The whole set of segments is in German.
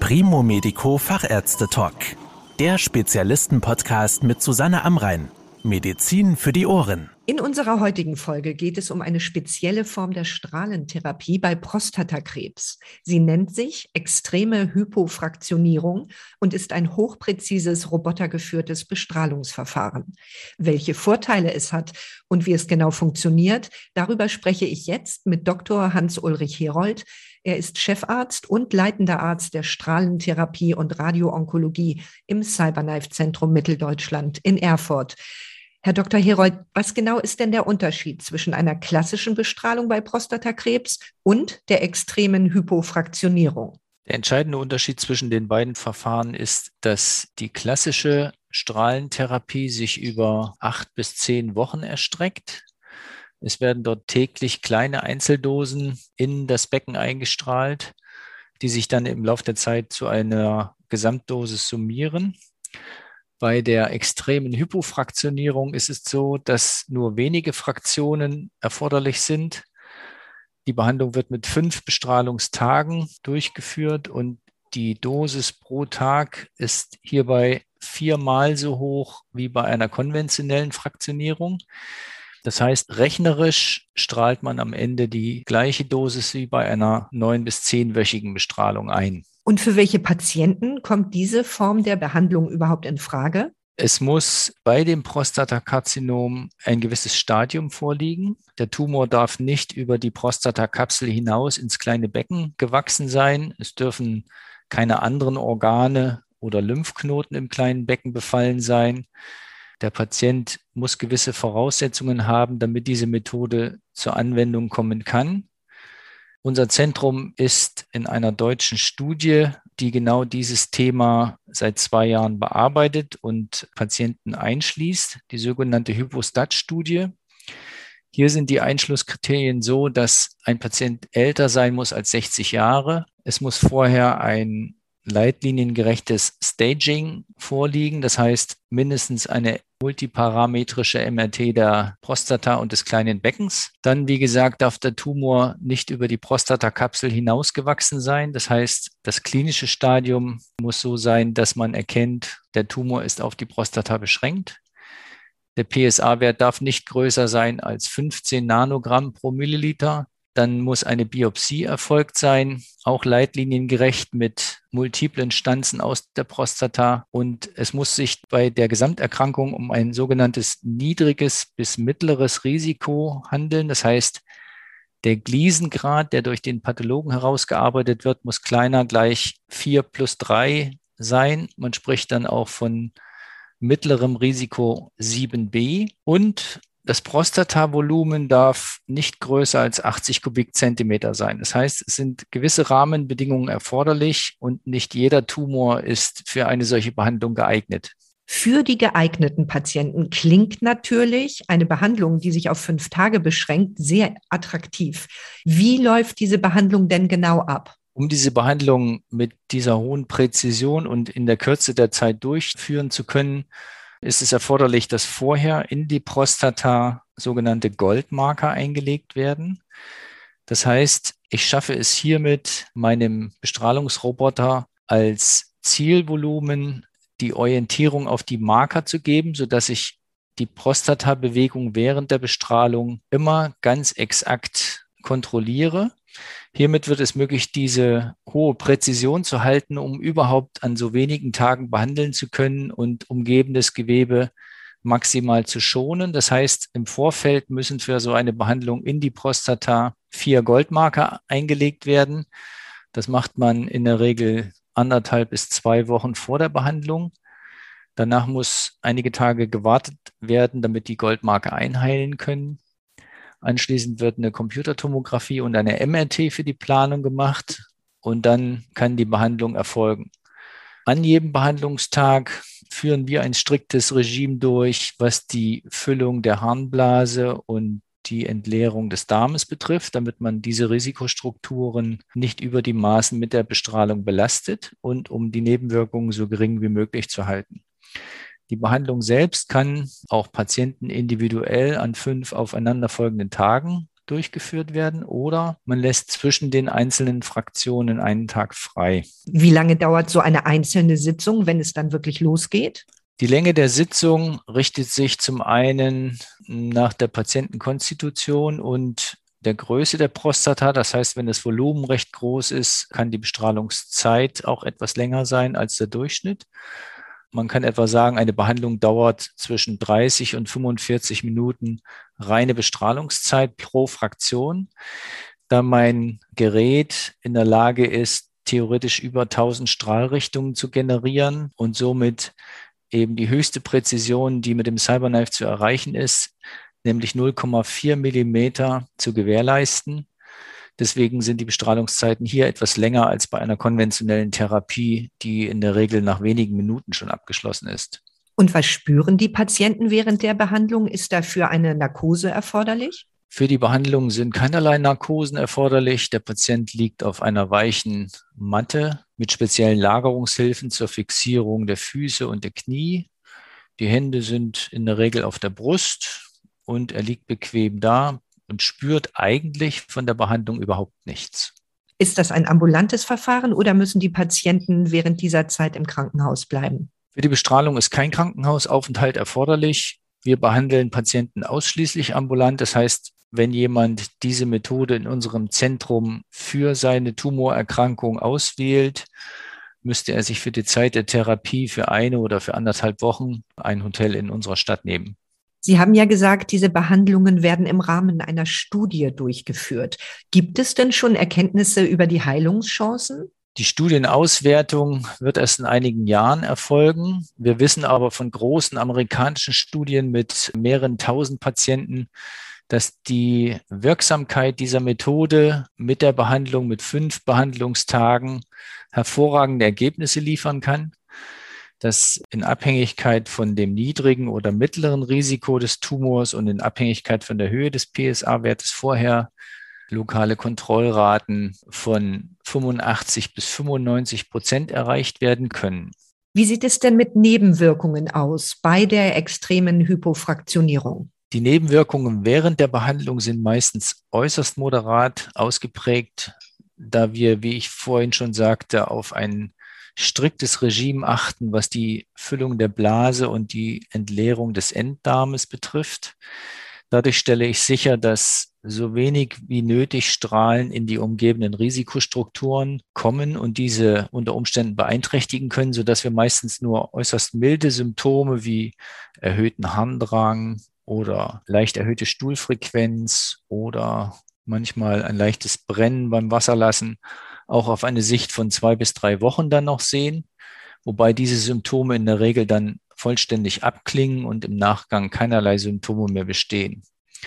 Primo Medico Fachärzte-Talk. Der Spezialisten-Podcast mit Susanne Amrein. Medizin für die Ohren. In unserer heutigen Folge geht es um eine spezielle Form der Strahlentherapie bei Prostatakrebs. Sie nennt sich extreme Hypofraktionierung und ist ein hochpräzises, robotergeführtes Bestrahlungsverfahren. Welche Vorteile es hat und wie es genau funktioniert, darüber spreche ich jetzt mit Dr. Hans-Ulrich Herold. Er ist Chefarzt und leitender Arzt der Strahlentherapie und Radioonkologie im CyberKnife-Zentrum Mitteldeutschland in Erfurt. Herr Dr. Herold, was genau ist denn der Unterschied zwischen einer klassischen Bestrahlung bei Prostatakrebs und der extremen Hypofraktionierung? Der entscheidende Unterschied zwischen den beiden Verfahren ist, dass die klassische Strahlentherapie sich über 8 bis 10 Wochen erstreckt. Es werden dort täglich kleine Einzeldosen in das Becken eingestrahlt, die sich dann im Laufe der Zeit zu einer Gesamtdosis summieren. Bei der extremen Hypofraktionierung ist es so, dass nur wenige Fraktionen erforderlich sind. Die Behandlung wird mit 5 Bestrahlungstagen durchgeführt und die Dosis pro Tag ist hierbei 4-mal so hoch wie bei einer konventionellen Fraktionierung. Das heißt, rechnerisch strahlt man am Ende die gleiche Dosis wie bei einer 9- bis 10-wöchigen Bestrahlung ein. Und für welche Patienten kommt diese Form der Behandlung überhaupt in Frage? Es muss bei dem Prostatakarzinom ein gewisses Stadium vorliegen. Der Tumor darf nicht über die Prostatakapsel hinaus ins kleine Becken gewachsen sein. Es dürfen keine anderen Organe oder Lymphknoten im kleinen Becken befallen sein. Der Patient muss gewisse Voraussetzungen haben, damit diese Methode zur Anwendung kommen kann. Unser Zentrum ist in einer deutschen Studie, die genau dieses Thema seit 2 Jahren bearbeitet und Patienten einschließt, die sogenannte Hypostat-Studie. Hier sind die Einschlusskriterien so, dass ein Patient älter sein muss als 60 Jahre. Es muss vorher ein leitliniengerechtes Staging vorliegen, das heißt mindestens eine multiparametrische MRT der Prostata und des kleinen Beckens. Dann, wie gesagt, darf der Tumor nicht über die Prostatakapsel hinausgewachsen sein. Das heißt, das klinische Stadium muss so sein, dass man erkennt, der Tumor ist auf die Prostata beschränkt. Der PSA-Wert darf nicht größer sein als 15 Nanogramm pro Milliliter. Dann muss eine Biopsie erfolgt sein, auch leitliniengerecht mit multiplen Stanzen aus der Prostata. Und es muss sich bei der Gesamterkrankung um ein sogenanntes niedriges bis mittleres Risiko handeln. Das heißt, der Gleason-Grad, der durch den Pathologen herausgearbeitet wird, muss kleiner gleich 4+3 sein. Man spricht dann auch von mittlerem Risiko 7b. Und das Prostatavolumen darf nicht größer als 80 Kubikzentimeter sein. Das heißt, es sind gewisse Rahmenbedingungen erforderlich und nicht jeder Tumor ist für eine solche Behandlung geeignet. Für die geeigneten Patienten klingt natürlich eine Behandlung, die sich auf 5 Tage beschränkt, sehr attraktiv. Wie läuft diese Behandlung denn genau ab? Um diese Behandlung mit dieser hohen Präzision und in der Kürze der Zeit durchführen zu können, ist es erforderlich, dass vorher in die Prostata sogenannte Goldmarker eingelegt werden. Das heißt, ich schaffe es hiermit, meinem Bestrahlungsroboter als Zielvolumen die Orientierung auf die Marker zu geben, sodass ich die Prostatabewegung während der Bestrahlung immer ganz exakt kontrolliere. Hiermit wird es möglich, diese hohe Präzision zu halten, um überhaupt an so wenigen Tagen behandeln zu können und umgebendes Gewebe maximal zu schonen. Das heißt, im Vorfeld müssen für so eine Behandlung in die Prostata 4 Goldmarker eingelegt werden. Das macht man in der Regel 1,5 bis 2 Wochen vor der Behandlung. Danach muss einige Tage gewartet werden, damit die Goldmarker einheilen können. Anschließend wird eine Computertomographie und eine MRT für die Planung gemacht und dann kann die Behandlung erfolgen. An jedem Behandlungstag führen wir ein striktes Regime durch, was die Füllung der Harnblase und die Entleerung des Darmes betrifft, damit man diese Risikostrukturen nicht über die Maßen mit der Bestrahlung belastet und um die Nebenwirkungen so gering wie möglich zu halten. Die Behandlung selbst kann auch Patienten individuell an 5 aufeinanderfolgenden Tagen durchgeführt werden oder man lässt zwischen den einzelnen Fraktionen einen Tag frei. Wie lange dauert so eine einzelne Sitzung, wenn es dann wirklich losgeht? Die Länge der Sitzung richtet sich zum einen nach der Patientenkonstitution und der Größe der Prostata. Das heißt, wenn das Volumen recht groß ist, kann die Bestrahlungszeit auch etwas länger sein als der Durchschnitt. Man kann etwa sagen, eine Behandlung dauert zwischen 30 und 45 Minuten reine Bestrahlungszeit pro Fraktion. Da mein Gerät in der Lage ist, theoretisch über 1000 Strahlrichtungen zu generieren und somit eben die höchste Präzision, die mit dem CyberKnife zu erreichen ist, nämlich 0,4 Millimeter zu gewährleisten. Deswegen sind die Bestrahlungszeiten hier etwas länger als bei einer konventionellen Therapie, die in der Regel nach wenigen Minuten schon abgeschlossen ist. Und was spüren die Patienten während der Behandlung? Ist dafür eine Narkose erforderlich? Für die Behandlung sind keinerlei Narkosen erforderlich. Der Patient liegt auf einer weichen Matte mit speziellen Lagerungshilfen zur Fixierung der Füße und der Knie. Die Hände sind in der Regel auf der Brust und er liegt bequem da und spürt eigentlich von der Behandlung überhaupt nichts. Ist das ein ambulantes Verfahren oder müssen die Patienten während dieser Zeit im Krankenhaus bleiben? Für die Bestrahlung ist kein Krankenhausaufenthalt erforderlich. Wir behandeln Patienten ausschließlich ambulant. Das heißt, wenn jemand diese Methode in unserem Zentrum für seine Tumorerkrankung auswählt, müsste er sich für die Zeit der Therapie für 1 oder für 1,5 Wochen ein Hotel in unserer Stadt nehmen. Sie haben ja gesagt, diese Behandlungen werden im Rahmen einer Studie durchgeführt. Gibt es denn schon Erkenntnisse über die Heilungschancen? Die Studienauswertung wird erst in einigen Jahren erfolgen. Wir wissen aber von großen amerikanischen Studien mit mehreren tausend Patienten, dass die Wirksamkeit dieser Methode mit der Behandlung mit 5 Behandlungstagen hervorragende Ergebnisse liefern kann, dass in Abhängigkeit von dem niedrigen oder mittleren Risiko des Tumors und in Abhängigkeit von der Höhe des PSA-Wertes vorher lokale Kontrollraten von 85 bis 95% erreicht werden können. Wie sieht es denn mit Nebenwirkungen aus bei der extremen Hypofraktionierung? Die Nebenwirkungen während der Behandlung sind meistens äußerst moderat ausgeprägt, da wir, wie ich vorhin schon sagte, auf ein striktes Regime achten, was die Füllung der Blase und die Entleerung des Enddarmes betrifft. Dadurch stelle ich sicher, dass so wenig wie nötig Strahlen in die umgebenden Risikostrukturen kommen und diese unter Umständen beeinträchtigen können, sodass wir meistens nur äußerst milde Symptome wie erhöhten Harndrang oder leicht erhöhte Stuhlfrequenz oder manchmal ein leichtes Brennen beim Wasserlassen auch auf eine Sicht von 2 bis 3 Wochen dann noch sehen, wobei diese Symptome in der Regel dann vollständig abklingen und im Nachgang keinerlei Symptome mehr bestehen.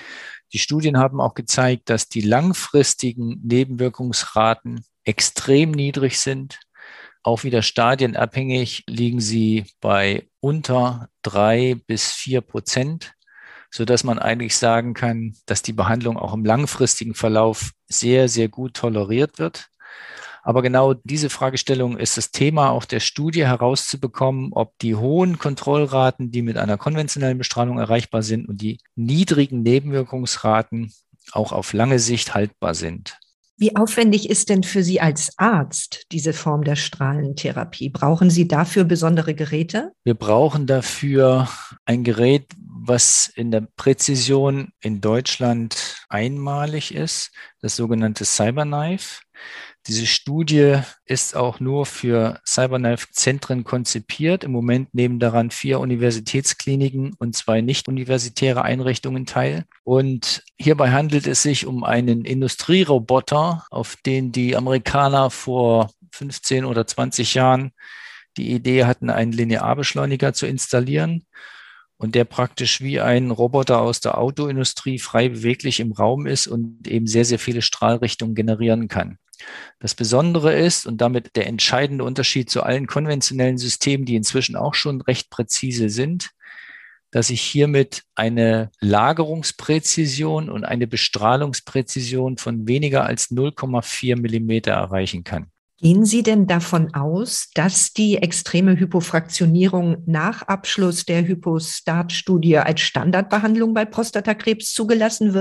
Die Studien haben auch gezeigt, dass die langfristigen Nebenwirkungsraten extrem niedrig sind. Auch wieder stadienabhängig liegen sie bei unter 3 bis 4%, sodass man eigentlich sagen kann, dass die Behandlung auch im langfristigen Verlauf sehr, sehr gut toleriert wird. Aber genau diese Fragestellung ist das Thema auch der Studie herauszubekommen, ob die hohen Kontrollraten, die mit einer konventionellen Bestrahlung erreichbar sind, und die niedrigen Nebenwirkungsraten auch auf lange Sicht haltbar sind. Wie aufwendig ist denn für Sie als Arzt diese Form der Strahlentherapie? Brauchen Sie dafür besondere Geräte? Wir brauchen dafür ein Gerät, was in der Präzision in Deutschland einmalig ist, das sogenannte CyberKnife. Diese Studie ist auch nur für CyberKnife-Zentren konzipiert. Im Moment nehmen daran 4 Universitätskliniken und 2 nicht-universitäre Einrichtungen teil. Und hierbei handelt es sich um einen Industrieroboter, auf den die Amerikaner vor 15 oder 20 Jahren die Idee hatten, einen Linearbeschleuniger zu installieren und der praktisch wie ein Roboter aus der Autoindustrie frei beweglich im Raum ist und eben sehr, sehr viele Strahlrichtungen generieren kann. Das Besondere ist und damit der entscheidende Unterschied zu allen konventionellen Systemen, die inzwischen auch schon recht präzise sind, dass ich hiermit eine Lagerungspräzision und eine Bestrahlungspräzision von weniger als 0,4 Millimeter erreichen kann. Gehen Sie denn davon aus, dass die extreme Hypofraktionierung nach Abschluss der Hypostat-Studie als Standardbehandlung bei Prostatakrebs zugelassen wird?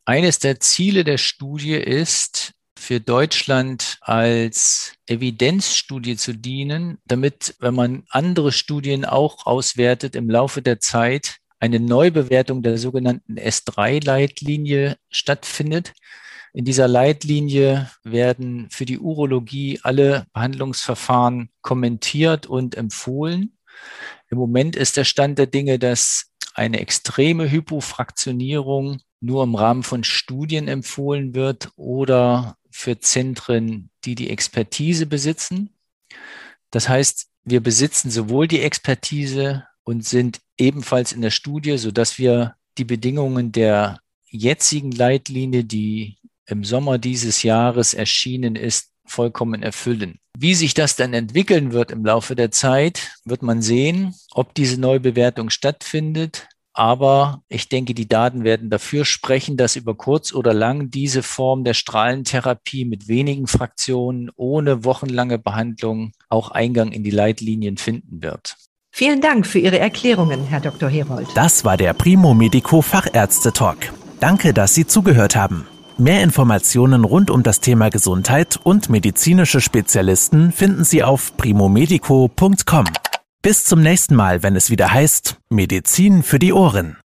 Eines der Ziele der Studie ist, für Deutschland als Evidenzstudie zu dienen, damit, wenn man andere Studien auch auswertet, im Laufe der Zeit eine Neubewertung der sogenannten S3-Leitlinie stattfindet. In dieser Leitlinie werden für die Urologie alle Behandlungsverfahren kommentiert und empfohlen. Im Moment ist der Stand der Dinge, dass eine extreme Hypofraktionierung nur im Rahmen von Studien empfohlen wird oder für Zentren, die die Expertise besitzen. Das heißt, wir besitzen sowohl die Expertise und sind ebenfalls in der Studie, sodass wir die Bedingungen der jetzigen Leitlinie, die im Sommer dieses Jahres erschienen ist, vollkommen erfüllen. Wie sich das dann entwickeln wird im Laufe der Zeit, wird man sehen, ob diese Neubewertung stattfindet. Aber ich denke, die Daten werden dafür sprechen, dass über kurz oder lang diese Form der Strahlentherapie mit wenigen Fraktionen, ohne wochenlange Behandlung, auch Eingang in die Leitlinien finden wird. Vielen Dank für Ihre Erklärungen, Herr Dr. Herold. Das war der Primo Medico Fachärzte-Talk. Danke, dass Sie zugehört haben. Mehr Informationen rund um das Thema Gesundheit und medizinische Spezialisten finden Sie auf primomedico.com. Bis zum nächsten Mal, wenn es wieder heißt Medizin für die Ohren.